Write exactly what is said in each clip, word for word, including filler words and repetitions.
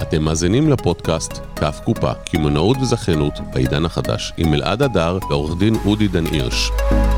אתם מאזינים לפודקאסט כף קופה, קמעונאות וזכיינות בעידן החדש, עם אלעד הדר ועורך דין אודי דן הירש.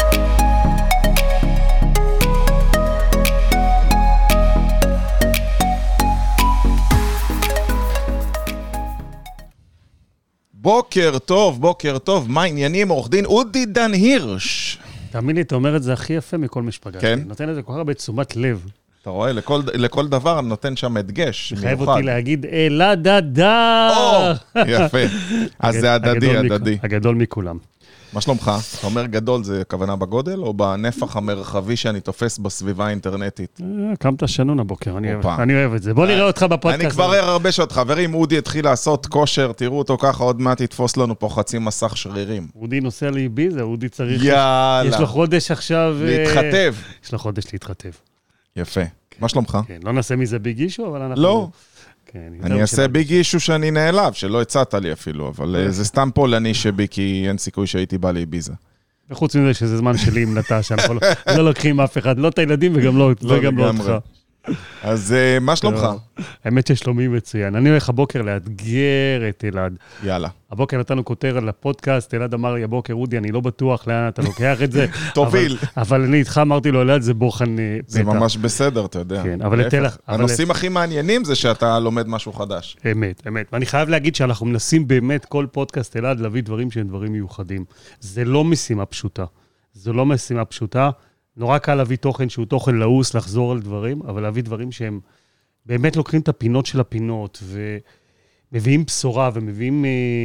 בוקר טוב, בוקר טוב, מה העניינים? עורך דין אודי דן הירש. תאמין לי, אתה אומר את זה הכי יפה מכל משפגש. כן? נותן את זה כל כך הרבה תשומת לב. אתה רואה, לכל, לכל דבר אני נותן שם הדגש. מחייב מיוחד. אותי להגיד, אלעד הדר. יפה. אז זה הדדי, הדדי. הגדול מכולם. מה שלומך? אתה אומר גדול, זה הכוונה בגודל, או בנפח המרחבי שאני תופס בסביבה האינטרנטית? קמת שנון הבוקר, אני אוהב את זה. בוא נראה אותך בפודקאסט. אני כבר ער הרבה שעות. חברים, אודי התחיל לעשות כושר, תראו אותו ככה, עוד מעט יתפוס לנו פה חצי מסך שרירים. אודי נוסע לאיביזה, אודי צריך... יאללה. יש לו חודש עכשיו... להתחתב. יש לו חודש להתחתב. יפה. מה שלומך? כן, לא נעשה מזה ביג אישו, אבל אנחנו... לא. אני אעשה ביג אישו שאני נעלב, שלא הצעת לי אפילו, אבל זה סתם פולני שבי, כי אין סיכוי שהייתי בא לאיביזה. וחוץ מזה שזה זמן שלי עם נטה, שאנחנו לא לוקחים אף אחד, לא את הילדים וגם לא אותך. אז מה שלומך? האמת ששלומי מצוין. אני הולך הבוקר לאתגר את אלעד. יאללה. הבוקר נתנו כותר על הפודקאסט, אלעד אמר לי, הבוקר, אודי, אני לא בטוח לאן אתה לוקח את זה. תוביל. אבל אני איתך אמרתי לו, אלעד, זה בוחן פתע. זה ממש בסדר, אתה יודע. כן, אבל את אלעד... הנושאים הכי מעניינים זה שאתה לומד משהו חדש. אמת, אמת. ואני חייב להגיד שאנחנו מנסים באמת כל פודקאסט אלעד להביא דברים שהם דברים מיוחדים. זה לא משימה פשוטה. זה לא משימה פשוטה. נורא קל להביא תוכן שהוא תוכן לעוס, לחזור על דברים, אבל להביא דברים שהם באמת לוקחים את הפינות של הפינות, ומביאים בשורה, ומביאים,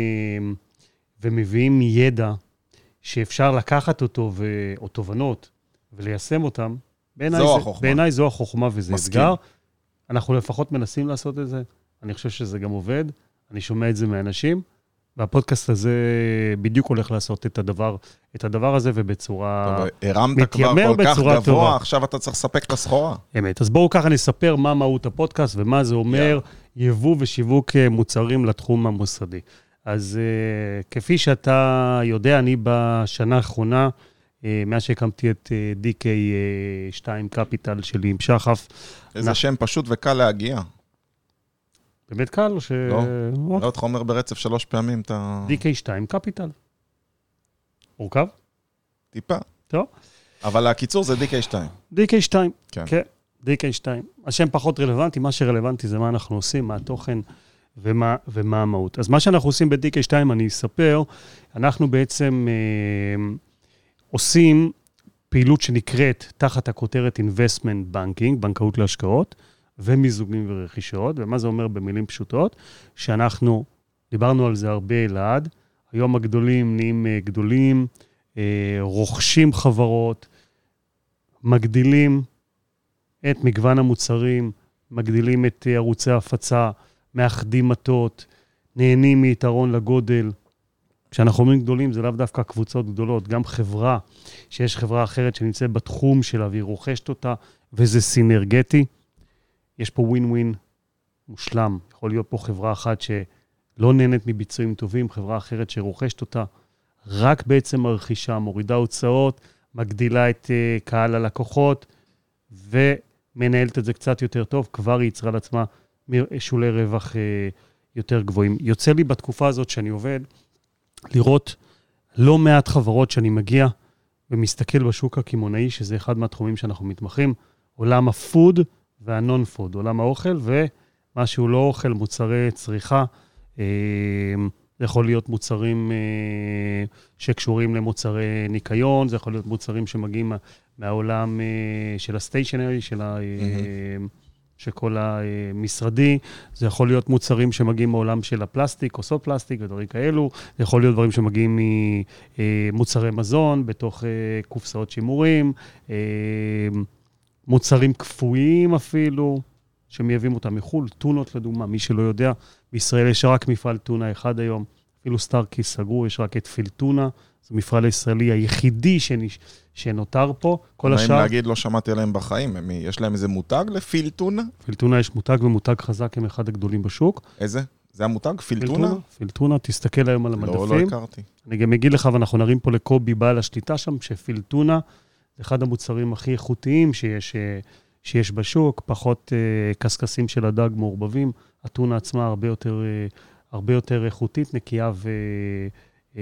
ומביאים ידע, שאפשר לקחת אותו, או תובנות, וליישם אותם. בעיניי זו זה, החוכמה. בעיניי זו החוכמה, וזה מסכים. אתגר. אנחנו לפחות מנסים לעשות את זה. אני חושב שזה גם עובד. אני שומע את זה מאנשים. והפודקאסט הזה בדיוק הולך לעשות את הדבר, את הדבר הזה, ובצורה הרמת כבר כל כך גבוה, עכשיו אתה צריך לספק את הסחורה. אמת, אז בואו ככה נספר מה מהות הפודקאסט, ומה זה אומר יבוא ושיווק מוצרים לתחום המוסדי. אז כפי שאתה יודע, אני בשנה האחרונה, מאז שהקמתי את די קיי שתיים קפיטל שלי עם שחף. איזה שם פשוט וקל להגיע. באמת קל או ש... לא, לא, אתה אומר ברצף שלוש פעמים, אתה... די קיי שתיים קפיטל. מורכב? טיפה. טוב. אבל הקיצור זה די קיי שתיים. די קיי שתיים, כן. כן, די קיי שתיים. השם פחות רלוונטי, מה שרלוונטי זה מה אנחנו עושים, מה התוכן ומה, ומה המהות. אז מה שאנחנו עושים ב-די קיי שתיים, אני אספר, אנחנו בעצם אה, עושים פעילות שנקראת תחת הכותרת Investment Banking, בנקאות להשקעות, ומיזוגים ורכישות, ומה זה אומר במילים פשוטות? שאנחנו דיברנו על זה הרבה אלעד, היום הגדולים נהיים גדולים, רוכשים חברות, מגדילים את מגוון המוצרים, מגדילים את ערוצי ההפצה, מאחדים מטות, נהנים מיתרון לגודל. כשאנחנו אומרים גדולים, זה לאו דווקא קבוצות גדולות, גם חברה, שיש חברה אחרת שנמצאת בתחום שלה, והיא רוכשת אותה, וזה סינרגטי. יש פה ווין ווין מושלם. יכול להיות פה חברה אחת שלא נהנית מביצועים טובים, חברה אחרת שרוכשת אותה, רק בעצם הרכישה, מורידה הוצאות, מגדילה את uh, קהל הלקוחות, ומנהלת את זה קצת יותר טוב, כבר היא יצרה לעצמה שולי רווח uh, יותר גבוהים. יוצא לי בתקופה הזאת שאני עובד, לראות לא מעט חברות שאני מגיע, ומסתכל בשוק הקמעונאי, שזה אחד מהתחומים שאנחנו מתמחים, עולם הפוד, והנון פוד, עולם האוכל, ומה שהוא לא אוכל, מוצרי צריכה, זה יכול להיות מוצרים שקשורים למוצרי ניקיון, זה יכול להיות מוצרים שמגיעים מהעולם של הסטיישנרי, של כל המשרדי, זה יכול להיות מוצרים שמגיעים מהעולם של הפלסטיק, כוסות פלסטיק ודברים כאלו, זה יכול להיות דברים שמגיעים ממוצרי מזון, בתוך קופסאות שימורים, מוצרים כפויים אפילו, שמייבאים אותם מחול, טונות לדוגמה, מי שלא יודע, בישראל יש רק מפעל טונה אחד היום, אפילו סטארקיס סגרו, יש רק את פילטונה, זה מפעל הישראלי היחידי שנש... שנותר פה, כל השאר... מה אם להגיד, לא שמעתי עליהם בחיים, הם... יש להם איזה מותג לפילטונה? פילטונה יש מותג ומותג חזק, הם אחד הגדולים בשוק. איזה? זה המותג? פילטונה? פילטונה, פילטונה, תסתכל היום על המדפים. לא, לא הכרתי. אני גם אגיד לך, ואנחנו נרים פה לקובי בעל השליטה שם, שפילטונה, זה אחד המוצרים הכי איכותיים שיש, שיש בשוק, פחות אה, קסקסים של הדג מעורבבים, הטונה עצמה הרבה יותר, אה, הרבה יותר איכותית, נקייה ו... אה,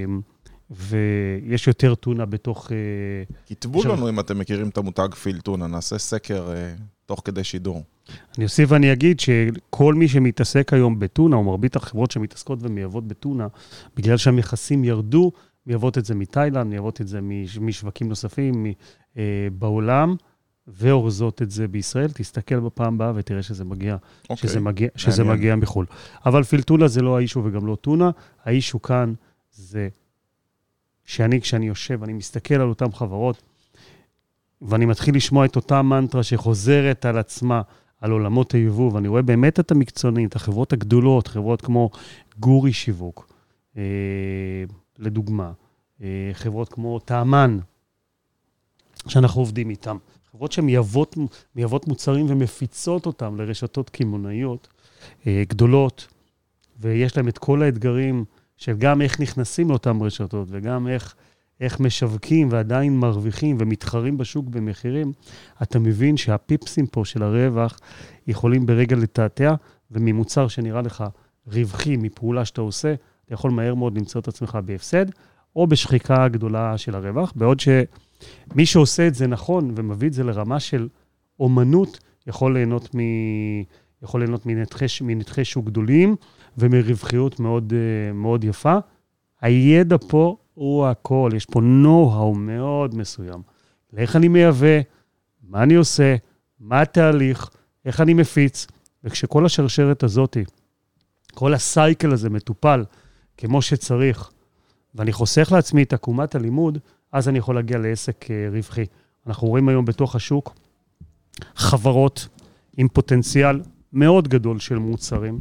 ויש יותר טונה בתוך... כתבו לנו שם... אם אתם מכירים את המותג פיל טונה, נעשה סקר אה, תוך כדי שידור. אני אוסיף ואני אגיד שכל מי שמתעסק היום בטונה, או מרבית החברות שמתעסקות ומייבאות בטונה, בגלל שהמכסים ירדו, מייבאות את זה מתאילנד, מייבאות את זה משווקים נוספים אה, בעולם, ואורזות את זה בישראל. תסתכל בפעם הבאה ותראה שזה מגיע, okay. שזה מגיע, שזה מגיע מחול. אבל פיל טונה זה לא האישו וגם לא טונה. האישו כאן זה שאני, כשאני יושב, אני מסתכל על אותם חברות, ואני מתחיל לשמוע את אותה מנטרה שחוזרת על עצמה, על עולמות היבוא, ואני רואה באמת את המקצוענים, את החברות הגדולות, חברות כמו גורי שיווק, אה, לדוגמה, אה, חברות כמו תאמן, שאנחנו עובדים איתם. חברות שמייבאות מייבאות מוצרים ומפיצות אותם לרשתות קמעונאיות אה, גדולות, ויש להם את כל האתגרים של גם איך נכנסים לאותם רשתות, וגם איך, איך משווקים ועדיין מרוויחים ומתחרים בשוק במחירים. אתה מבין שהפיפסים פה של הרווח יכולים ברגע לתעתע, וממוצר שנראה לך רווחי מפעולה שאתה עושה, אתה יכול מהר מאוד למצוא את עצמך בהפסד, או בשחיקה גדולה של הרווח, בעוד שמי שעושה את זה נכון ומביא את זה לרמה של אומנות, יכול ליהנות, מ... יכול ליהנות מנתחי, מנתחי שוק גדולים, ומרווחיות מאוד, מאוד יפה. הידע פה הוא הכל, יש פה know-how מאוד מסוים. לאיך אני מייבא, מה אני עושה, מה התהליך, איך אני מפיץ, וכשכל השרשרת הזאת, כל הסייקל הזה מטופל כמו שצריך, ואני חוסך לעצמי את עקומת הלימוד, אז אני יכול להגיע לעסק רווחי. אנחנו רואים היום בתוך השוק חברות עם פוטנציאל מאוד גדול של מוצרים,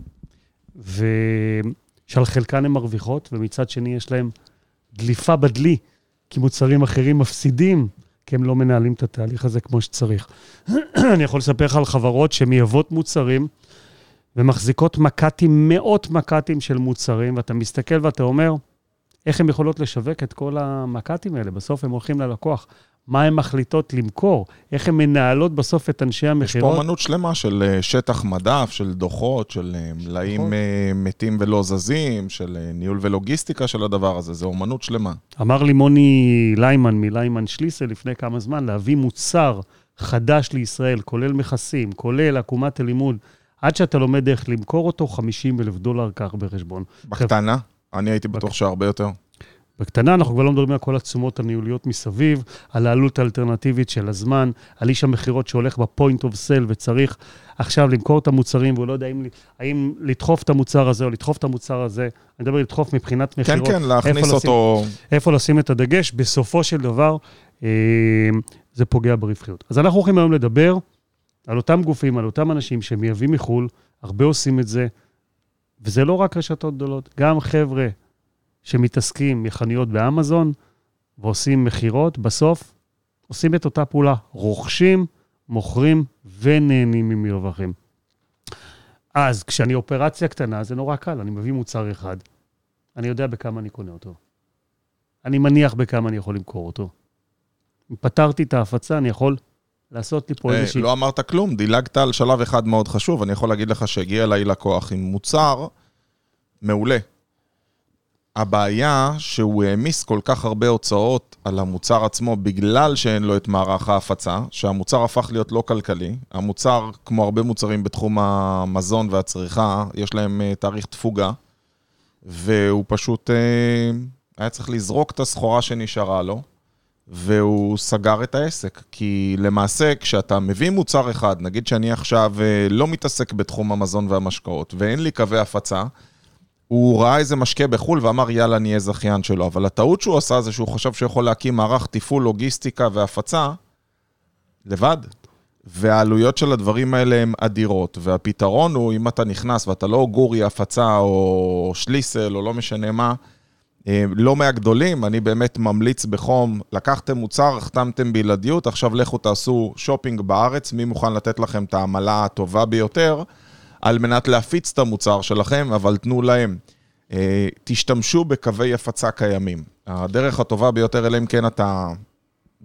ושל חלקן הן מרוויחות, ומצד שני יש להם דליפה בדלי, כי מוצרים אחרים מפסידים, כי הם לא מנהלים את התהליך הזה כמו שצריך. אני יכול לספר לך על חברות שמייבאות מוצרים, ומחזיקות מקטים, מאות מקטים של מוצרים, ואתה מסתכל ואתה אומר, איך הן יכולות לשווק את כל המקטים האלה? בסוף הם הולכים ללקוח. מה הן מחליטות למכור? איך הן מנהלות בסוף את אנשי המחירות? יש פה אמנות שלמה של שטח מדף, של דוחות, של מלאים מתים ולא זזים, של ניהול ולוגיסטיקה של הדבר הזה. זה אמנות שלמה. אמר לי מוני ליימן מליימן שליסל לפני כמה זמן, להביא מוצר חדש לישראל, כולל מכסים, כולל עקומת הלימוד, עד שאתה לומד איך למכור אותו, חמישים אלף דולר כך בחשבון. בקטנה? אני הייתי בטוח שהרבה יותר. בקטנה, אנחנו כבר לא מדברים על כל התשומות הניהוליות מסביב, על העלות האלטרנטיבית של הזמן, על איש המחירות שהולך בפוינט אוף סל וצריך עכשיו למכור את המוצרים, והוא לא יודע האם, האם לדחוף את המוצר הזה או לדחוף את המוצר הזה. אני מדבר לדחוף מבחינת מחירות. כן, כן, להכניס אותו. לשים, איפה לשים את הדגש? בסופו של דבר, אה, זה פוגע ברווחיות. אז אנחנו הולכים היום לדבר על אותם גופים, על אותם אנשים שמייבאים מחול, הרבה עושים את זה, וזה לא רק רשתות גדולות, גם חבר'ה שמתעסקים מחנויות באמזון, ועושים מחירות, בסוף עושים את אותה פעולה, רוכשים, מוכרים ונהנים ממרווחים. אז כשאני אופרציה קטנה, זה נורא קל, אני מביא מוצר אחד, אני יודע בכמה אני קונה אותו. אני מניח בכמה אני יכול למכור אותו. אם פתרתי את ההפצה, אני יכול לעשות לי פה איזושהי... לא אמרת כלום, דילגת על שלב אחד מאוד חשוב, אני יכול להגיד לך שהגיע אליי לקוח עם מוצר מעולה. הבעיה שהוא העמיס כל כך הרבה הוצאות על המוצר עצמו, בגלל שאין לו את מערך ההפצה, שהמוצר הפך להיות לא כלכלי. המוצר, כמו הרבה מוצרים בתחום המזון והצריכה, יש להם תאריך תפוגה, והוא פשוט היה צריך לזרוק את הסחורה שנשארה לו, והוא סגר את העסק. כי למעשה, כשאתה מביא מוצר אחד, נגיד שאני עכשיו לא מתעסק בתחום המזון והמשקאות, ואין לי קווי הפצה, הוא ראה איזה משקה בחול ואמר, יאללה, נהיה זכיין שלו. אבל הטעות שהוא עשה זה שהוא חושב שיכול להקים מערך טיפול, לוגיסטיקה והפצה לבד. והעלויות של הדברים האלה הן אדירות. והפתרון הוא, אם אתה נכנס ואתה לא גורי הפצה או שליסל או לא משנה מה, לא מהגדולים, אני באמת ממליץ בחום, לקחתם מוצר, החתמתם בלעדיות, עכשיו לכו תעשו שופינג בארץ, מי מוכן לתת לכם את העמלה הטובה ביותר, על מנת להפיץ את המוצר שלכם, אבל תנו להם. תשתמשו בקווי הפצה קיימים. הדרך הטובה ביותר אליהם כן אתה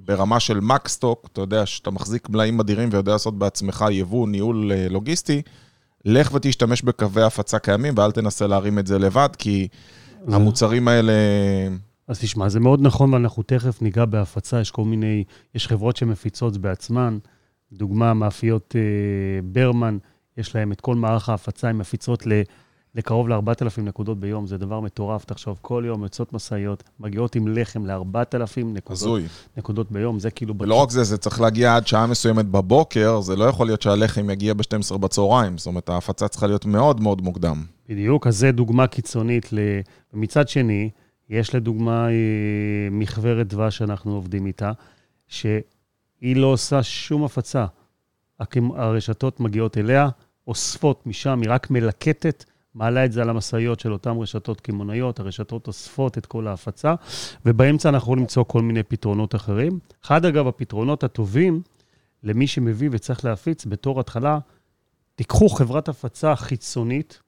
ברמה של מקסטוק, אתה יודע שאתה מחזיק מלאים אדירים ויודע לעשות בעצמך יבוא, ניהול לוגיסטי, לך ותשתמש בקווי הפצה קיימים, ואל תנסה להרים את זה לבד, כי זה... המוצרים האלה... אז תשמע, זה מאוד נכון, ואנחנו תכף ניגע בהפצה, יש כל מיני, יש חברות שמפיצות בעצמן, דוגמה, מאפיות אה, ברמן, יש להם את כל מערך ההפצה, הן מפיצות ל... לקרוב ל-ארבעת אלפים נקודות ביום, זה דבר מטורף, תחשוב, כל יום יוצאות מסעיות, מגיעות עם לחם ל-ארבעת אלפים נקודות, נקודות ביום, זה כאילו... ולא רק זה, זה צריך להגיע עד שעה מסוימת בבוקר, זה לא יכול להיות שהלחם יגיע ב-שתים עשרה בצהריים, זאת אומרת, ההפצה צריכה להיות מאוד מאוד מוקדם. בדיוק, אז זה דוגמה קיצונית, ל... ומצד שני, יש לדוגמה מחברת דבש שאנחנו עובדים איתה, שהיא לא עושה שום הפצה. הרשתות מגיעות אליה, אוספות משם, היא רק מלקטת, מעלה את זה על המסעיות של אותן רשתות כימוניות, הרשתות אוספות את כל ההפצה, ובאמצע אנחנו יכולים למצוא כל מיני פתרונות אחרים. אחד אגב, הפתרונות הטובים, למי שמביא וצריך להפיץ בתור התחלה, תיקחו חברת הפצה חיצונית,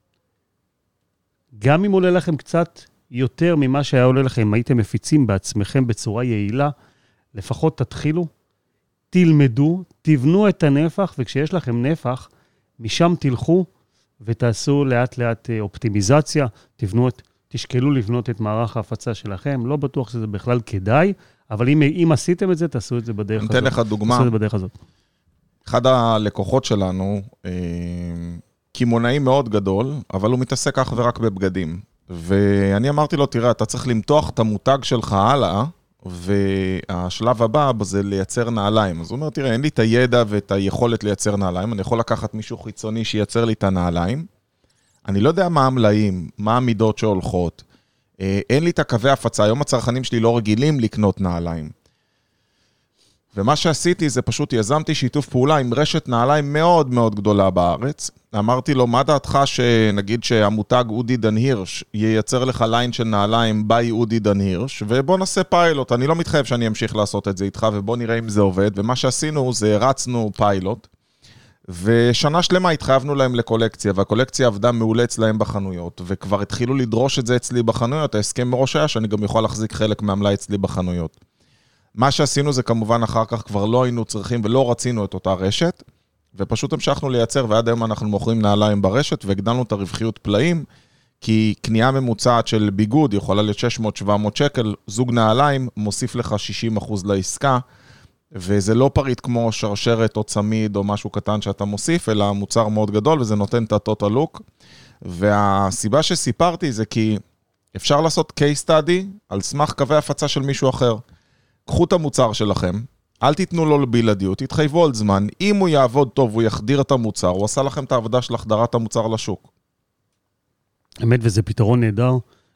גם אם עולה לכם קצת יותר ממה שהיה עולה לכם, אם הייתם מפיצים בעצמכם בצורה יעילה, לפחות תתחילו, תלמדו, תבנו את הנפח, וכשיש לכם נפח, משם תלכו, ותעשו לאט לאט אופטימיזציה, תבנו את, תשקלו לבנות את מערך ההפצה שלכם, לא בטוח שזה בכלל כדאי, אבל אם, אם עשיתם את זה, תעשו את זה בדרך הזאת. נתן לך דוגמה. תעשו את זה בדרך הזאת. אחד הלקוחות שלנו, כימונאי מאוד גדול, אבל הוא מתעסק אך ורק בבגדים. ואני אמרתי לו, תראה, אתה צריך למתוח את המותג שלך הלאה, והשלב הבא זה לייצר נעליים. אז הוא אומר, תראה, אין לי את הידע ואת היכולת לייצר נעליים, אני יכול לקחת מישהו חיצוני שייצר לי את הנעליים, אני לא יודע מה המלאים, מה המידות שהולכות, אין לי את הקווי הפצה, היום הצרכנים שלי לא רגילים לקנות נעליים. ומה שעשיתי זה פשוט יזמתי שיתוף פעולה עם רשת נעליים מאוד מאוד גדולה בארץ. אמרתי לו, מה דעתך שנגיד שהמותג אודי דן הירש ייצר לך ליין של נעליים ביי אודי דן הירש, ובוא נעשה פיילוט, אני לא מתחייב שאני אמשיך לעשות את זה איתך, ובוא נראה אם זה עובד, ומה שעשינו זה הרצנו פיילוט, ושנה שלמה התחייבנו להם לקולקציה, והקולקציה עבדה מעולה אצלהם בחנויות, וכבר התחילו לדרוש את זה אצלי בחנויות, ההסכם מראש היה שאני גם יכול להחזיק חלק מהמלאי אצלי בחנויות. מה שעשינו זה כמובן אחר כך כבר לא היינו צריכים ולא רצינו את אותה רשת, ופשוט המשכנו לייצר, ועד היום אנחנו מוכרים נעליים ברשת, והגדלנו את הרווחיות פלאים, כי קנייה ממוצעת של ביגוד יכולה להיות שש מאות שבע מאות שקל, זוג נעליים מוסיף לך שישים אחוז לעסקה, וזה לא פריט כמו שרשרת או צמיד או משהו קטן שאתה מוסיף, אלא מוצר מאוד גדול, וזה נותן את הטוטל לוק. והסיבה שסיפרתי זה כי אפשר לעשות case study על סמך קווי הפצה של מישהו אחר. קחו את המוצר שלכם, אל תיתנו לו לבלעדיות, תתחייבו על זמן, אם הוא יעבוד טוב, הוא יחדיר את המוצר, הוא עשה לכם את העבודה של החדרת המוצר לשוק. אמת, וזה פתרון נהדר,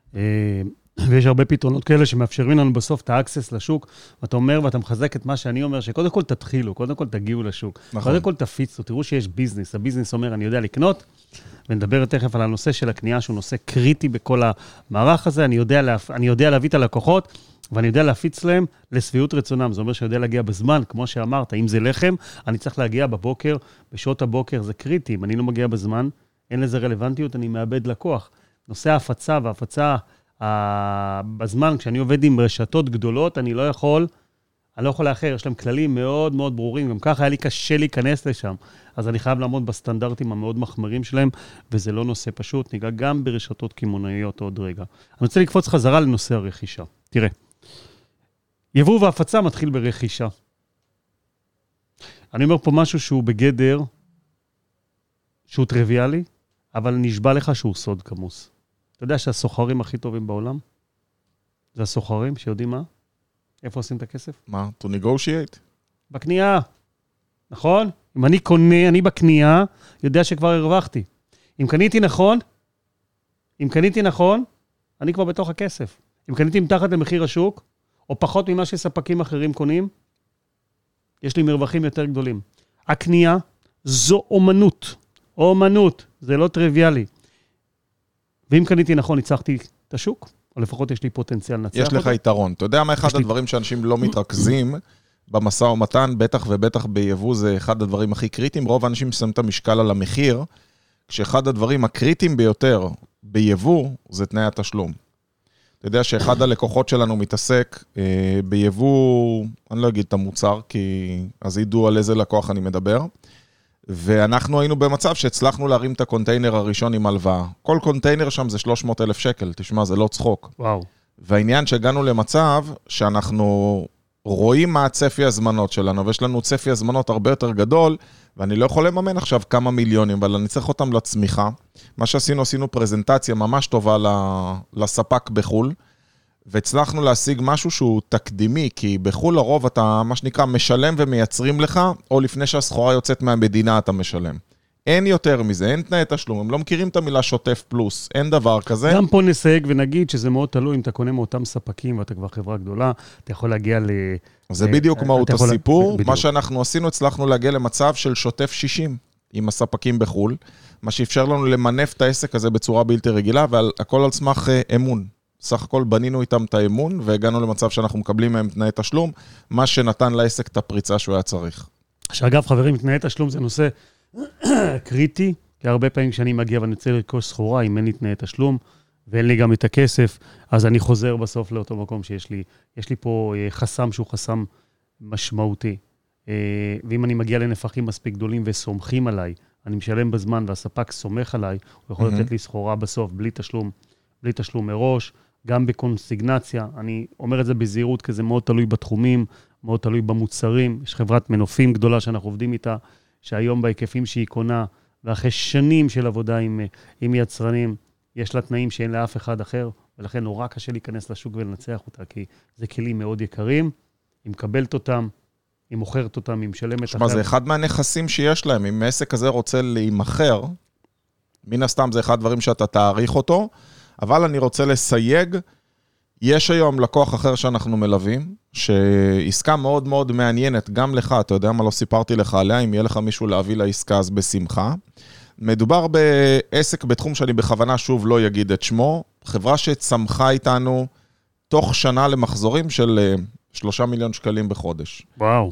ויש הרבה פתרונות כאלה שמאפשרים לנו בסוף את האקסס לשוק, ואתה אומר ואתה מחזק את מה שאני אומר, שקודם כל תתחילו, קודם כל תגיעו לשוק, נכון. קודם כל תפיצו, תראו שיש ביזנס, הביזנס אומר אני יודע לקנות, ונדבר תכף על הנושא של הקנייה, שהוא נושא קריטי בכל המערך הזה, אני יודע, לה, אני יודע להביא את הלקוחות, ואני יודע להפיץ להם לסביעות רצונם, זה אומר שאני יודע להגיע בזמן, כמו שאמרת, אם זה לחם, אני צריך להגיע בבוקר, בשעות הבוקר זה קריטי, אם אני לא מגיע בזמן, אין לזה רלוונטיות, אני מאבד לקוח. נושא ההפצה וההפצה בזמן, כשאני עובד עם רשתות גדולות, אני לא יכול, אני לא יכול לאחר, יש להם כללים מאוד מאוד ברורים, גם ככה היה לי קשה להיכנס לשם, אז אני חייב לעמוד בסטנדרטים המאוד מחמרים שלהם, וזה לא נושא פשוט, ניגע גם ברשתות כימונאיות עוד רגע. אני רוצה לקפוץ חזרה לנושא הרכישה. תראה, יבוא והפצה מתחיל ברכישה. אני אומר פה משהו שהוא בגדר, שהוא טריוויאלי, אבל נשבע לך שהוא סוד כמוס. אתה יודע שהסוחרים הכי טובים בעולם? זה הסוחרים שיודעים מה? איפה עושים את הכסף? מה? To negotiate? בקנייה. נכון? אם אני קונה, אני בקנייה, יודע שכבר הרווחתי. אם קניתי נכון, אם קניתי נכון, אני כבר בתוך הכסף. אם קניתי מתחת למחיר השוק, או פחות ממה שספקים אחרים קונים, יש לי מרווחים יותר גדולים. הקנייה זו אומנות. אומנות, זה לא טריוויאלי. ואם קניתי נכון, ניצחתי את השוק, או לפחות יש לי פוטנציאל לנצח אותו. יש לך יתרון. אתה יודע מה אחד לי... הדברים שאנשים לא מתרכזים במשא ומתן, בטח ובטח ביבוא, זה אחד הדברים הכי קריטיים. רוב האנשים שמים את המשקל על המחיר, כשאחד הדברים הקריטיים ביותר ביבוא, זה תנאי התשלום. אתה יודע שאחד הלקוחות שלנו מתעסק אה, ביבוא, אני לא אגיד את המוצר, כי אז ידעו על איזה לקוח אני מדבר, ואנחנו היינו במצב שהצלחנו להרים את הקונטיינר הראשון עם הלוואה. כל קונטיינר שם זה שלוש מאות אלף שקל, תשמע, זה לא צחוק. וואו. והעניין שהגענו למצב שאנחנו רואים מה הצפי הזמנות שלנו, ויש לנו צפי הזמנות הרבה יותר גדול, ואני לא יכול לממן עכשיו כמה מיליונים, אבל אני צריך אותם לצמיחה. מה שעשינו, עשינו פרזנטציה ממש טובה לספק בחול, והצלחנו להשיג משהו שהוא תקדימי, כי בחול הרוב אתה, מה שנקרא, משלם ומייצרים לך, או לפני שהסחורה יוצאת מהמדינה אתה משלם. אין יותר מזה, אין תנאי תשלום, הם לא מכירים את המילה שוטף פלוס, אין דבר כזה. גם פה נסייג ונגיד שזה מאוד תלוי, אם אתה קונה מאותם ספקים ואתה כבר חברה גדולה, אתה יכול להגיע ל... זה בדיוק מהות הסיפור, מה שאנחנו עשינו, הצלחנו להגיע למצב של שוטף שישים עם הספקים בחול, מה שאפשר לנו למנף את העסק הזה בצורה בלתי רגילה, והכל על סמך אמון. סך הכל בנינו איתם את האמון, והגענו למצב שאנחנו מקבלים מהם תנאי תשלום, מה שנתן לעסק את הפריצה שהוא היה צריך. שאגב, חברים, תנאי תשלום זה נושא קריטי, כי הרבה פעמים כשאני מגיע ואני רוצה לרכוש סחורה, אם אין לי תנאי תשלום, ואין לי גם את הכסף, אז אני חוזר בסוף לאותו מקום שיש לי, יש לי פה חסם שהוא חסם משמעותי. ואם אני מגיע לנפחים מספיק גדולים וסומכים עליי, אני משלם בזמן והספק סומך עליי, הוא יכול לתת לי סחורה בסוף בלי תשלום, בלי תשלום מראש, גם בקונסיגנציה. אני אומר את זה בזהירות, כי זה מאוד תלוי בתחומים, מאוד תלוי במוצרים. יש חברת מנופים גדולה שאנחנו עובדים איתה, שהיום בהיקפים שהיא קונה, ואחרי שנים של עבודה עם, עם יצרנים, יש לה תנאים שאין לאף אחד אחר, ולכן נורא קשה להיכנס לשוק ולנצח אותה, כי זה כלים מאוד יקרים, היא מקבלת אותם, היא מוכרת אותם, היא משלמת אחר. שמה, זה אחד מהנכסים שיש להם, אם העסק הזה רוצה להימחר, מן הסתם זה אחד הדברים שאתה תאריך אותו, אבל אני רוצה לסייג, יש היום לקוח אחר שאנחנו מלווים, שעסקה מאוד מאוד מעניינת, גם לך, אתה יודע מה לא סיפרתי לך עליה, אם יהיה לך מישהו להביא לעסקה אז בשמחה. מדובר בעסק בתחום שאני בכוונה שוב לא יגיד את שמו, חברה שצמחה איתנו תוך שנה למחזורים של שלושה מיליון שקלים בחודש. וואו.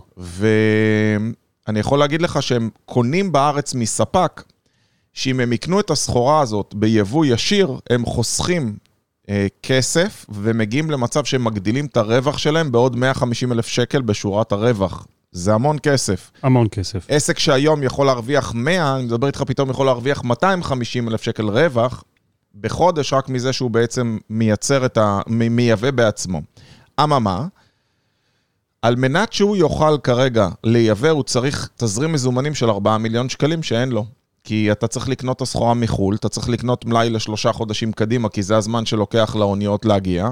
ואני יכול להגיד לך שהם קונים בארץ מספק, שאם הם יקנו את הסחורה הזאת ביבוא ישיר, הם חוסכים אה, כסף, ומגיעים למצב שהם מגדילים את הרווח שלהם בעוד מאה וחמישים אלף שקל בשורת הרווח. זה המון כסף. המון כסף. עסק שהיום יכול להרוויח מאה, אני מדבר איתך פתאום יכול להרוויח מאתיים וחמישים אלף שקל רווח, בחודש רק מזה שהוא בעצם מייצר את ה... מייבא בעצמו. אממה, על מנת שהוא יוכל כרגע לייבא, הוא צריך תזרים מזומנים של ארבעה מיליון שקלים שאין לו. כי אתה צריך לקנות את הסחורה מחול, אתה צריך לקנות מלאי לשלושה חודשים קדימה, כי זה הזמן שלוקח לאוניות להגיע.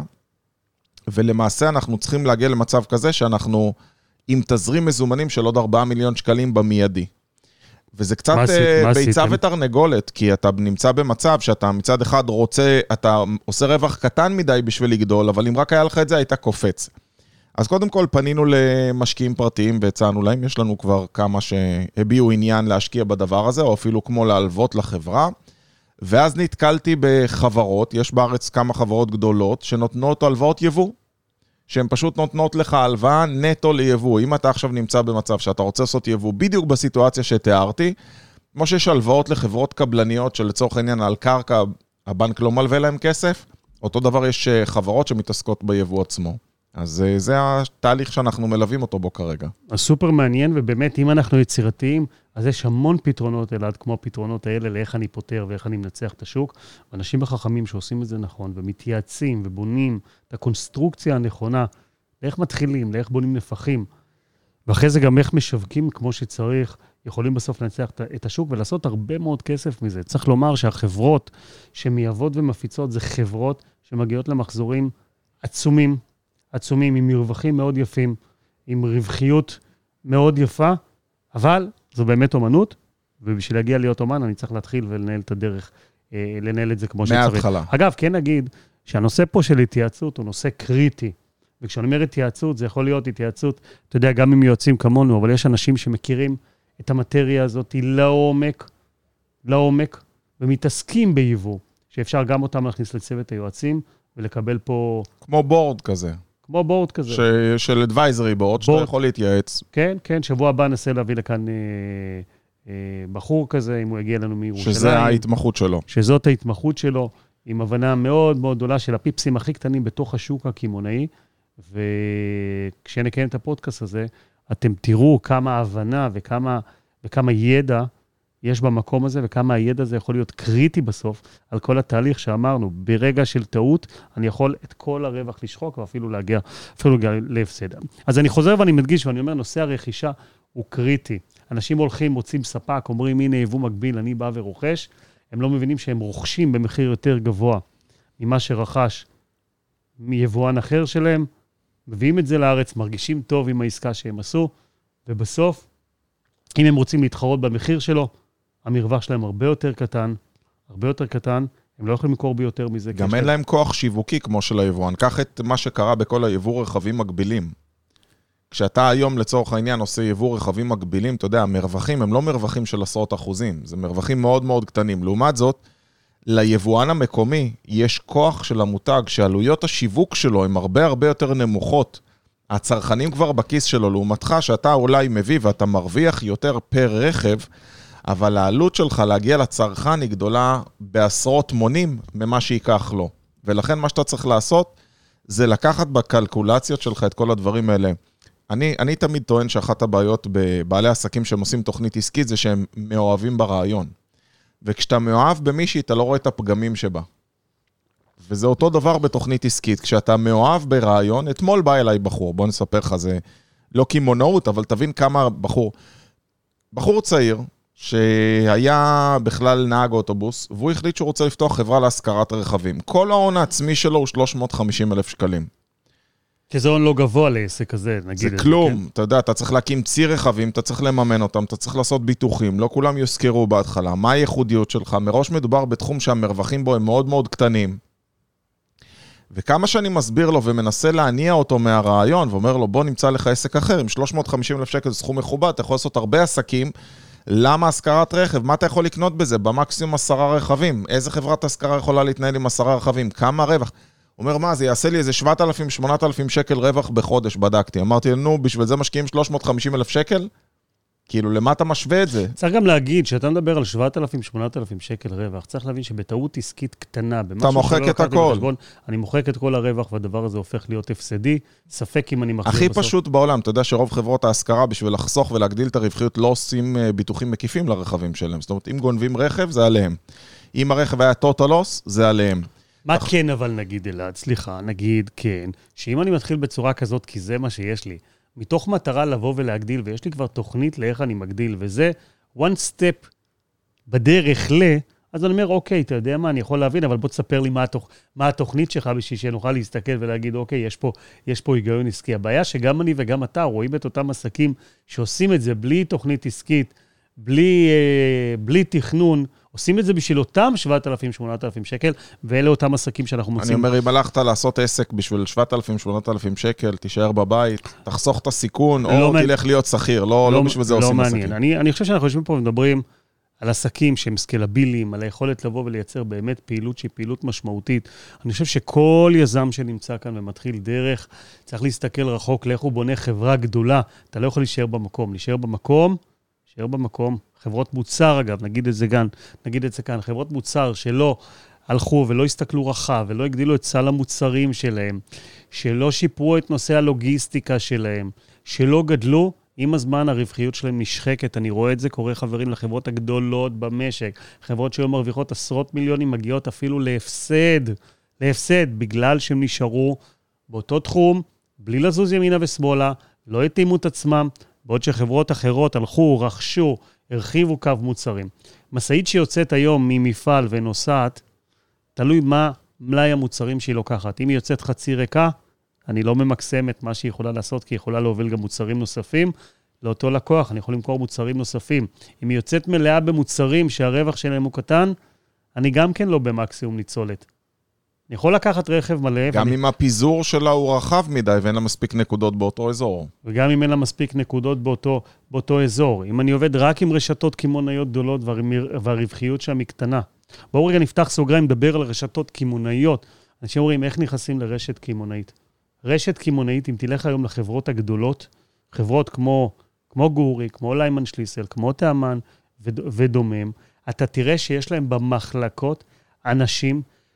ולמעשה אנחנו צריכים להגיע למצב כזה שאנחנו עם תזרים מזומנים של עוד ארבעה מיליון שקלים במיידי. וזה קצת ביצה ותרנגולת, כי אתה נמצא במצב שאתה מצד אחד רוצה, אתה עושה רווח קטן מדי בשביל לגדול, אבל אם רק היה לך את זה, היית קופץ. אז קודם כל פנינו למשקיעים פרטיים והצענו להם, יש לנו כבר כמה שהביאו עניין להשקיע בדבר הזה, או אפילו כמו להלוות לחברה, ואז נתקלתי בחברות, יש בארץ כמה חברות גדולות, שנותנות הלוואות יבוא, שהן פשוט נותנות לך הלוואה נטו ליבוא. אם אתה עכשיו נמצא במצב שאתה רוצה לעשות יבוא, בדיוק בסיטואציה שתיארתי, כמו שיש הלוואות לחברות קבלניות, שלצורך העניין על קרקע, הבנק לא מלווה להם כסף, אותו דבר יש חברות שמתעסקות ביבוא עצמו. אז זה התהליך שאנחנו מלווים אותו בו כרגע. אז סופר מעניין, ובאמת, אם אנחנו יצירתיים, אז יש המון פתרונות אלעד, כמו הפתרונות האלה, לאיך אני פותר ואיך אני מנצח את השוק. אנשים החכמים שעושים את זה נכון, ומתייעצים ובונים את הקונסטרוקציה הנכונה, לאיך מתחילים, לאיך בונים נפחים, ואחרי זה גם איך משווקים כמו שצריך, יכולים בסוף לנצח את השוק, ולעשות הרבה מאוד כסף מזה. צריך לומר שהחברות שמייבאות ומפיצות, זה חברות שמגיעות למחזורים עצומים, עצומים, עם מרווחים מאוד יפים, עם רווחיות מאוד יפה, אבל זו באמת אומנות, ובשביל להגיע להיות אומן, אני צריך להתחיל ולנהל את הדרך, לנהל את זה כמו שצריך. מההתחלה. אגב, כן נגיד, שהנושא פה של התייעצות הוא נושא קריטי, וכשאני אומר התייעצות, זה יכול להיות התייעצות, אתה יודע, גם עם יועצים כמונו, אבל יש אנשים שמכירים את המטריה הזאת לעומק, לעומק, ומתעסקים ביבוא, שאפשר גם אותם להכניס לצוות היועצים, ולקבל פה... כמו בורד כזה. כמו בורד כזה. ש... של advisory board, שאתה יכול להתייעץ. כן, כן, שבוע הבא ננסה להביא לכאן אה, אה, בחור כזה, אם הוא יגיע לנו מירושלים. שזה ההתמחות שלו. שזאת ההתמחות שלו, עם הבנה מאוד מאוד גדולה של הפיפסים הכי קטנים בתוך השוק הקמעונאי, וכשנקיים את הפודקאסט הזה, אתם תראו כמה הבנה וכמה, וכמה ידע יש במקום הזה, וכמה הידע הזה יכול להיות קריטי בסוף, על כל התהליך שאמרנו, ברגע של טעות, אני יכול את כל הרווח לשחוק, ואפילו להגיע, אפילו להגיע להפסד. אז אני חוזר ואני מדגיש, ואני אומר, נושא הרכישה הוא קריטי. אנשים הולכים, מוצאים ספק, אומרים, הנה יבוא מקביל, אני בא ורוכש, הם לא מבינים שהם רוכשים במחיר יותר גבוה, ממה שרכש מיבואן אחר שלהם, מביאים את זה לארץ, מרגישים טוב עם העסקה שהם עשו, ובסוף, אם הם רוצים להתחרות במחיר שלו, המרווח שלהם הרבה יותר קטן, הרבה יותר קטן, הם לא יכולים לקור ביותר מזה. גם אין להם כוח שיווקי כמו של היבואן. קח את מה שקרה בכל היבוא רכבים מקבילים. כשאתה היום לצורך העניין עושה יבוא רכבים מקבילים, אתה יודע, המרווחים הם לא מרווחים של עשרות אחוזים, זה מרווחים מאוד מאוד קטנים. לעומת זאת, ליבואן המקומי יש כוח של המותג, שעלויות השיווק שלו הן הרבה הרבה יותר נמוכות. הצרכנים כבר בכיס שלו, לעומתך שאתה אולי מביא ואתה מרוויח יותר פר רכב, אבל העלות שלך להגיע לצרכן היא גדולה בעשרות מונים ממה שיקח לו. ולכן מה שאתה צריך לעשות, זה לקחת בקלקולציות שלך את כל הדברים האלה. אני, אני תמיד טוען שאחת הבעיות בבעלי עסקים שהם עושים תוכנית עסקית, זה שהם מאוהבים ברעיון. וכשאתה מאוהב במישהי, אתה לא רואה את הפגמים שבה. וזה אותו דבר בתוכנית עסקית. כשאתה מאוהב ברעיון, אתמול בא אליי בחור, בוא נספר לך, זה לא כימונאות, אבל תבין כמה בחור, בחור צעיר, שהיה בכלל נהג אוטובוס, והוא החליט שהוא רוצה לפתוח חברה להשכרת רכבים. כל ההון העצמי שלו הוא שלוש מאות וחמישים אלף שקלים. שזה הון לא גבוה לעסק הזה, נגיד. זה כלום, אתה יודע, אתה צריך להקים צי רכבים, אתה צריך לממן אותם, אתה צריך לעשות ביטוחים, לא כולם יוזכרו בהתחלה. מה הייחודיות שלך? מראש מדובר בתחום שהמרווחים בו הם מאוד מאוד קטנים. וכמה שאני מסביר לו ומנסה להניע אותו מהרעיון, ואומר לו, בוא נמצא לך עסק אחר, עם שלוש מאות וחמישים אלף שקל זה סכום מכובד, אתה יכול לעשות הרבה עסקים. למה השכרת רכב? מה אתה יכול לקנות בזה? במקסימום עשרה רכבים. איזה חברת השכרה יכולה להתנהל עם עשרה רכבים? כמה רווח? הוא אומר, מה, זה יעשה לי איזה שבעת אלפים, שמונת אלפים שקל רווח בחודש, בדקתי. אמרתי, נו, בשביל זה משקיעים שלוש מאות וחמישים אלף שקל? כאילו, למה אתה משווה את זה? צריך גם להגיד, שאתה מדבר על שבעת אלפים, שמונת אלפים שקל רווח, צריך להבין שבטעות עסקית קטנה, אתה מוחק את הכל. בחשבון, אני מוחק את כל הרווח, והדבר הזה הופך להיות הפסדי, ספק אם אני מחזיר הכי בסוף. פשוט בעולם, אתה יודע שרוב חברות ההשכרה, בשביל לחסוך ולהגדיל את הרווחיות, לא עושים ביטוחים מקיפים לרכבים שלהם. זאת אומרת, אם גונבים רכב, זה עליהם. אם הרכב היה total loss, זה עליהם. מה כן אבל נגיד אלעד? סליחה, נגיד כן, שאם אני מתחיל בצורה כזאת, כי זה מה שיש לי, מתוך מטרה לבוא ולהגדיל, ויש לי כבר תוכנית לאיך אני מגדיל, וזה one step בדרך ל, אז אני אומר, אוקיי, אתה יודע מה, אני יכול להבין, אבל בוא תספר לי מה, התוכ... מה התוכנית שלך, בשביל שנוכל להסתכל ולהגיד, אוקיי, יש פה, יש פה היגיון עסקי. הבעיה שגם אני וגם אתה רואים את אותם עסקים שעושים את זה בלי תוכנית עסקית, בלי, אה, בלי תכנון, עושים את זה בשביל אותם שבעת אלפים, שמונת אלפים שקל, ואלה אותם עסקים שאנחנו מוצאים. אני אומר, אם הלכת לעשות עסק בשביל שבעת אלפים, שמונת אלפים שקל, תישאר בבית, תחסוך את הסיכון, או תלך להיות שכיר, לא, לא בשביל זה עושים עסקים. אני, אני חושב שאנחנו יושבים פה ומדברים על עסקים שהם סקלביליים, על היכולת לבוא ולייצר באמת פעילות שהיא פעילות משמעותית. אני חושב שכל יזם שנמצא כאן ומתחיל דרך, צריך להסתכל רחוק לאיך הוא בונה חברה גדולה. אתה לא יכול להישאר במקום. להישאר במקום, להישאר במקום. חברות מוצר, אגב, נגיד את זה כאן, נגיד את זה כאן, חברות מוצר שלא הלכו ולא הסתכלו רחב, ולא הגדילו את סל המוצרים שלהם, שלא שיפרו את נושא הלוגיסטיקה שלהם, שלא גדלו, עם הזמן הרווחיות שלהם נשחקת. אני רואה את זה, קורה חברים לחברות הגדולות במשק, חברות שהיום מרוויחות עשרות מיליונים, מגיעות אפילו להפסד, להפסד, בגלל שהם נשארו באותו תחום, בלי לזוז ימינה ושמאלה, לא התאימו את עצמם, בעוד שחברות אחרות הלכו, רכשו, הרחיבו קו מוצרים. מסעית שיוצאת היום ממפעל ונוסעת, תלוי מה מלאי המוצרים שהיא לוקחת. אם היא יוצאת חצי ריקה, אני לא ממקסם את מה שהיא יכולה לעשות, כי היא יכולה להוביל גם מוצרים נוספים. לאותו לקוח, אני יכול למכור מוצרים נוספים. אם היא יוצאת מלאה במוצרים שהרווח שלהם הוא קטן, אני גם כן לא במקסימום ניצולת. אני יכול לקחת רכב מלא. גם ואני... אם הפיזור שלה הוא רחב מדי, ואין לה מספיק נקודות באותו אזור. וגם אם אין לה מספיק נקודות באותו, באותו אזור. אם אני עובד רק עם רשתות קמעונאיות גדולות, והרווחיות שם היא קטנה. בואו רגע נפתח סוגריים, נדבר על רשתות קמעונאיות. אנשים אומרים, איך נכנסים לרשת קמעונאית? רשת קמעונאית, אם תלך היום לחברות הגדולות, חברות כמו, כמו גורי, כמו ליימן שליסל, כמו תאמן ודומם, אתה תראה שיש להם במחלקות אנשים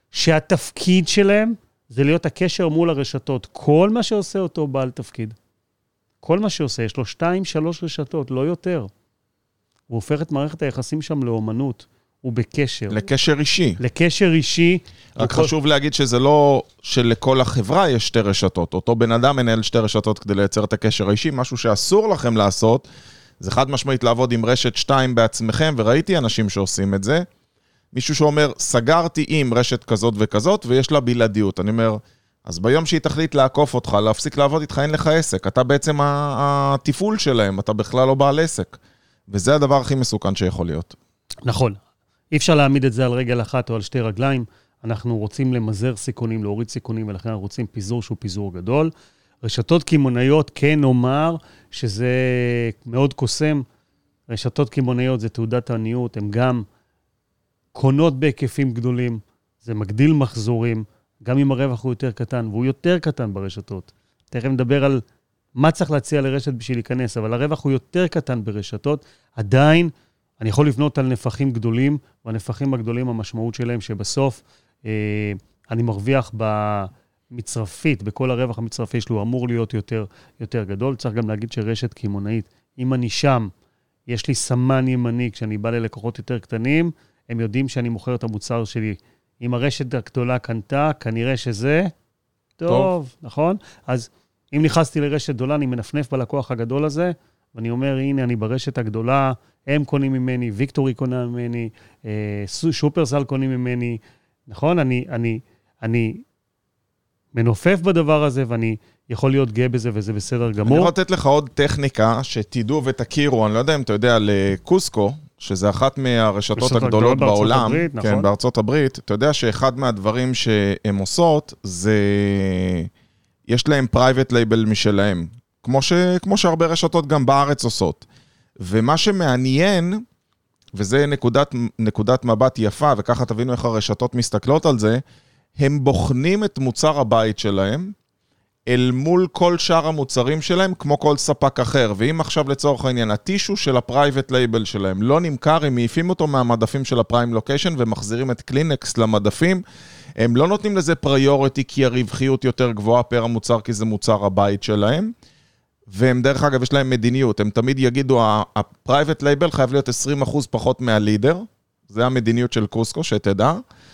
שהתפקיד שלהם זה להיות הקשר מול הרשתות. כל מה שעושה אותו בעל תפקיד. כל מה שעושה, יש לו שתיים, שלוש רשתות, לא יותר. הוא הופך את מערכת היחסים שם לאומנות. הוא בקשר. לקשר אישי. לקשר אישי. רק חשוב להגיד שזה לא שלכל החברה יש שתי רשתות. אותו בן אדם מנהל שתי רשתות כדי לייצר את הקשר האישי. משהו שאסור לכם לעשות, זה חד משמעית לעבוד עם רשת שתיים בעצמכם, וראיתי אנשים שעושים את זה. מישהו שאומר, סגרתי עם רשת כזאת וכזאת, ויש לה בלעדיות. אני אומר, אז ביום שהיא תחליט לעקוף אותך, להפסיק לעבוד איתך, אין לך עסק. אתה בעצם התפעול שלהם, אתה בכלל לא בעל עסק. וזה הדבר הכי מסוכן שיכול להיות. נכון. אי אפשר להעמיד את זה על רגל אחת או על שתי רגליים. אנחנו רוצים למזער סיכונים, להוריד סיכונים, ולכן אנחנו רוצים פיזור שהוא פיזור גדול. רשתות קמעונאיות, כן נאמר שזה מאוד קוסם. רשתות קמעונאיות זה תעודת עניות, הן גם קונות בהיקפים גדולים, זה מגדיל מחזורים, גם אם הרווח הוא יותר קטן, והוא יותר קטן ברשתות. תכף נדבר על מה צריך להציע לרשת בשביל להיכנס, אבל הרווח הוא יותר קטן ברשתות. עדיין אני יכול לבנות על נפחים גדולים, והנפחים הגדולים המשמעות שלהם שבסוף אה, אני מרוויח במצרפית, בכל הרווח המצרפי שלו אמור להיות יותר, יותר גדול. צריך גם להגיד שרשת קמעונאית, אם אני שם, יש לי סמן ימני, כשאני בא ללקוחות יותר קטנים, הם יודעים שאני מוכר את המוצר שלי. אם הרשת הגדולה קנתה, כנראה שזה טוב, טוב. נכון? אז אם נכנסתי לרשת גדולה, אני מנפנף בלקוח הגדול הזה, ואני אומר, הנה, אני ברשת הגדולה, הם קונים ממני, ויקטורי קונה ממני, שופרסל קונים ממני, נכון? אני, אני, אני מנופף בדבר הזה, ואני יכול להיות גאה בזה, וזה בסדר גמור. אני רוצה לתת לך עוד טכניקה, שתדעו ותכירו, אני לא יודע אם אתה יודע, לקוסקו, שזה אחת מהרשתות הגדולות בעולם, הברית, נכון? כן, בארצות הברית, אתה יודע שאחד מהדברים שהן עושות, זה, יש להם פרייבט לייבל משלהם, כמו, ש, כמו שהרבה רשתות גם בארץ עושות. ומה שמעניין, וזה נקודת, נקודת מבט יפה, וככה תבינו איך הרשתות מסתכלות על זה, הם בוחנים את מוצר הבית שלהם, אל מול כל שאר המוצרים שלהם, כמו כל ספק אחר. ואם עכשיו לצורך העניין, הטישו של הפרייבט לייבל שלהם לא נמכר, הם מעיפים אותו מהמדפים של הפריים לוקיישן, ומחזירים את קלינקס למדפים, הם לא נותנים לזה פריוריטי, כי הרווחיות יותר גבוהה פר המוצר, כי זה מוצר הבית שלהם. והם דרך אגב, יש להם מדיניות. הם תמיד יגידו, הפרייבט לייבל חייב להיות עשרים אחוז פחות מהלידר. זה המדיניות של קוסקו, שתדע.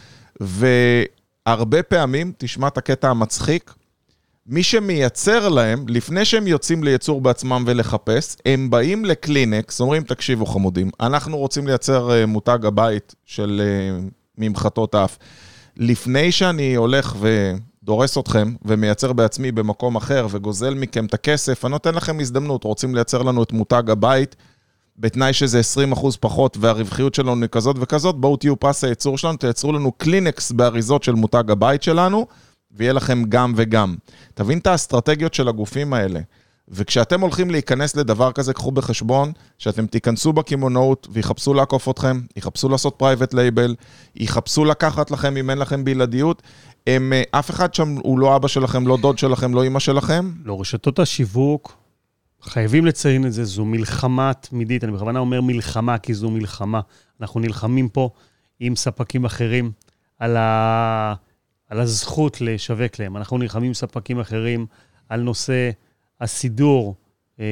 והרבה פעמים, תשמע את הקטע המצחיק, מי שמייצר להם, לפני שהם יוצאים לייצור בעצמם ולחפש, הם באים לקלינקס, אומרים, תקשיבו חמודים, אנחנו רוצים לייצר מותג הבית של ממחטות אף. לפני שאני הולך ודורס אתכם, ומייצר בעצמי במקום אחר, וגוזל מכם את הכסף, אני נותן לכם הזדמנות, רוצים לייצר לנו את מותג הבית, בתנאי שזה עשרים אחוז פחות, והרווחיות שלנו היא כזאת וכזאת, בואו תהיו פס הייצור שלנו, תייצרו לנו קלינקס באריזות של מותג הבית שלנו, ויהיה לכם גם וגם. תבין את האסטרטגיות של הגופים האלה. וכשאתם הולכים להיכנס לדבר כזה, קחו בחשבון שאתם תיכנסו בקמעונאות ויחפשו לעקוף אתכם, יחפשו לעשות פרייבט לייבל, יחפשו לקחת לכם אם אין לכם בלעדיות. הם, אף אחד שם הוא לא אבא שלכם, לא דוד שלכם, לא אמא שלכם. לא, רשתות השיווק, חייבים לציין את זה, זו מלחמה תמידית. אני בכוונה אומר מלחמה, כי זו מלחמה. אנחנו נלחמים פה עם ספקים אחרים על ה... על הזכות לשווק להם. אנחנו נלחמים עם ספקים אחרים על נושא הסידור אה,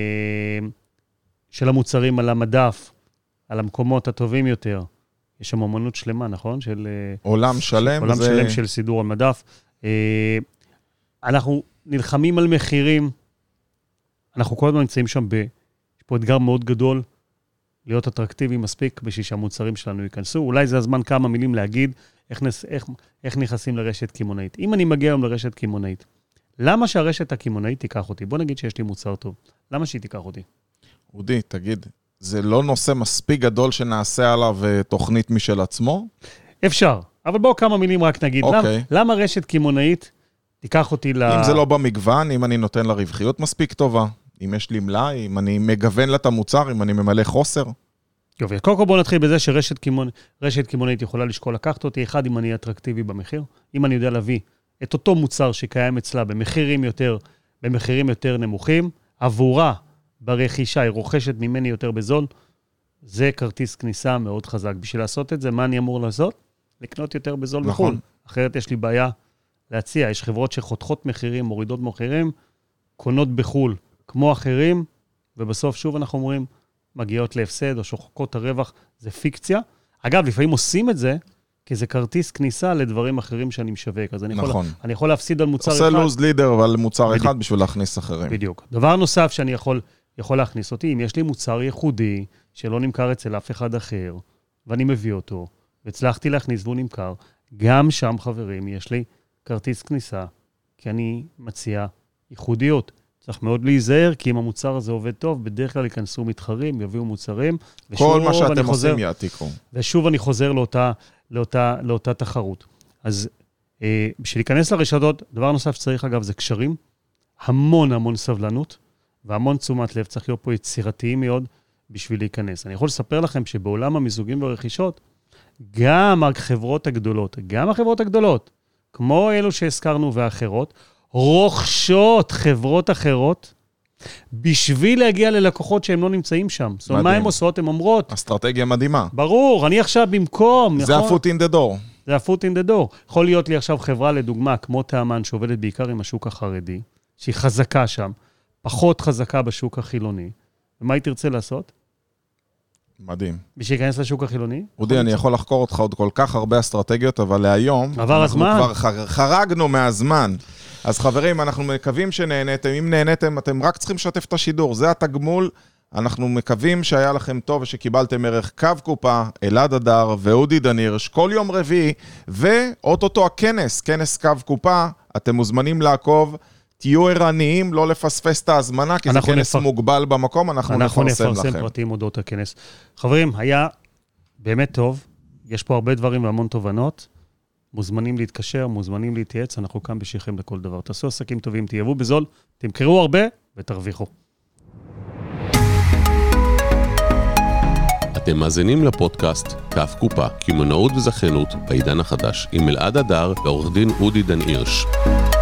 של המוצרים על המדף, על המקומות הטובים יותר. יש שם אמנות שלמה, נכון? של, עולם שלם. עולם זה... שלם של סידור על מדף. אה, אנחנו נלחמים על מחירים. אנחנו כל הזמן נמצאים שם ב... יש פה אתגר מאוד גדול, להיות אטרקטיבי מספיק בשביל שהמוצרים שלנו ייכנסו. אולי זה הזמן כמה מילים להגיד איך, איך, איך נכנסים לרשת קמעונאית. אם אני מגיע היום לרשת קמעונאית, למה שהרשת הקמעונאית תיקח אותי? בוא נגיד שיש לי מוצר טוב. למה שהיא תיקח אותי? אודי, תגיד, זה לא נושא מספיק גדול שנעשה עליו תוכנית משל עצמו? אפשר, אבל בואו כמה מילים רק נגיד. Okay. למה, למה רשת קמעונאית תיקח אותי ל... אם זה לא במגוון, אם אני נותן לה רווחיות מספיק טובה, אם יש לי מלאי, אם אני מגוון לה את המוצר, אם אני ממלא חוסר. יופי, קודם כל בואו נתחיל בזה שרשת קמעונ... רשת קמעונאית יכולה לשקול לקחת אותי, אחד, אם אני אטרקטיבי במחיר, אם אני יודע להביא את אותו מוצר שקיים אצלה במחירים יותר, במחירים יותר נמוכים, עבורה ברכישה, היא רוכשת ממני יותר בזול, זה כרטיס כניסה מאוד חזק. בשביל לעשות את זה, מה אני אמור לעשות? לקנות יותר בזול בחו"ל. אחרת יש לי בעיה להציע. יש חברות שחותכות מחירים, מורידות מחירים, קונות בחול, כמו אחרים, ובסוף שוב אנחנו אומרים, מגיעות להפסד או שוחקות הרווח, זה פיקציה. אגב, לפעמים עושים את זה, כי זה כרטיס כניסה לדברים אחרים שאני משווק. אז אני יכול, נכון. אני יכול להפסיד על מוצר עושה אחד. לוז לידר, אבל מוצר בדיוק. אחד בשביל להכניס אחרים. בדיוק. דבר נוסף שאני יכול, יכול להכניס אותי, אם יש לי מוצר ייחודי, שלא נמכר אצל אף אחד אחר, ואני מביא אותו, והצלחתי להכניס והוא נמכר, גם שם, חברים, יש לי כרטיס כניסה, כי אני מציע ייחודיות. צריך מאוד להיזהר, כי אם המוצר הזה עובד טוב, בדרך כלל ייכנסו מתחרים, יביאו מוצרים. כל מה שאתם עושים יעתיקו. ושוב אני חוזר לאותה, לאותה, לאותה תחרות. אז אה, בשביל להיכנס לרשתות, דבר נוסף שצריך אגב זה קשרים, המון המון סבלנות, והמון תשומת לב, צריך להיות פה יצירתיים מאוד בשביל להיכנס. אני יכול לספר לכם שבעולם המיזוגים והרכישות, גם החברות הגדולות, גם החברות הגדולות, כמו אלו שהזכרנו ואחרות, רוכשות חברות אחרות, בשביל להגיע ללקוחות שהם לא נמצאים שם. זאת אומרת, מה הן עושות? הן אומרות. אסטרטגיה מדהימה. ברור, אני עכשיו במקום. זה ה-foot in the door. זה ה-foot in the door. יכול להיות לי עכשיו חברה לדוגמה, כמו תאמן, שעובדת בעיקר עם השוק החרדי, שהיא חזקה שם, פחות חזקה בשוק החילוני. ומה היא תרצה לעשות? מדהים. בשביל להיכנס לשוק החילוני? אודי, אני יכול לחקור אותך עוד כל כך הרבה אסטרטגיות, אבל להיום, עבר הזמן. אנחנו כבר חרגנו מהזמן. אז חברים, אנחנו מקווים שנהנתם. אם נהנתם, אתם רק צריכים לשתף את השידור. זה התגמול. אנחנו מקווים שהיה לכם טוב ושקיבלתם ערך קו קופה, אלעד הדר ואודי דנירש, כל יום רביעי, ואוטוטו הכנס, כנס קו קופה. אתם מוזמנים לעקוב. תהיו ערניים, לא לפספס את ההזמנה, כי זה כנס נפר... מוגבל במקום, אנחנו, אנחנו נפרסם לכם. אנחנו נפרסם פרטים אודות הכנס. חברים, היה באמת טוב, יש פה הרבה דברים והמון תובנות, מוזמנים להתקשר, מוזמנים להתייעץ, אנחנו כאן בשבילכם לכל דבר. תעשו עסקים טובים, תייבאו בזול, תמכרו הרבה ותרוויחו. אתם מאזינים לפודקאסט כף קופה, קמעונאות וזכיינות בעידן החדש, עם אלעד הדר ועורך דין אודי דנירש.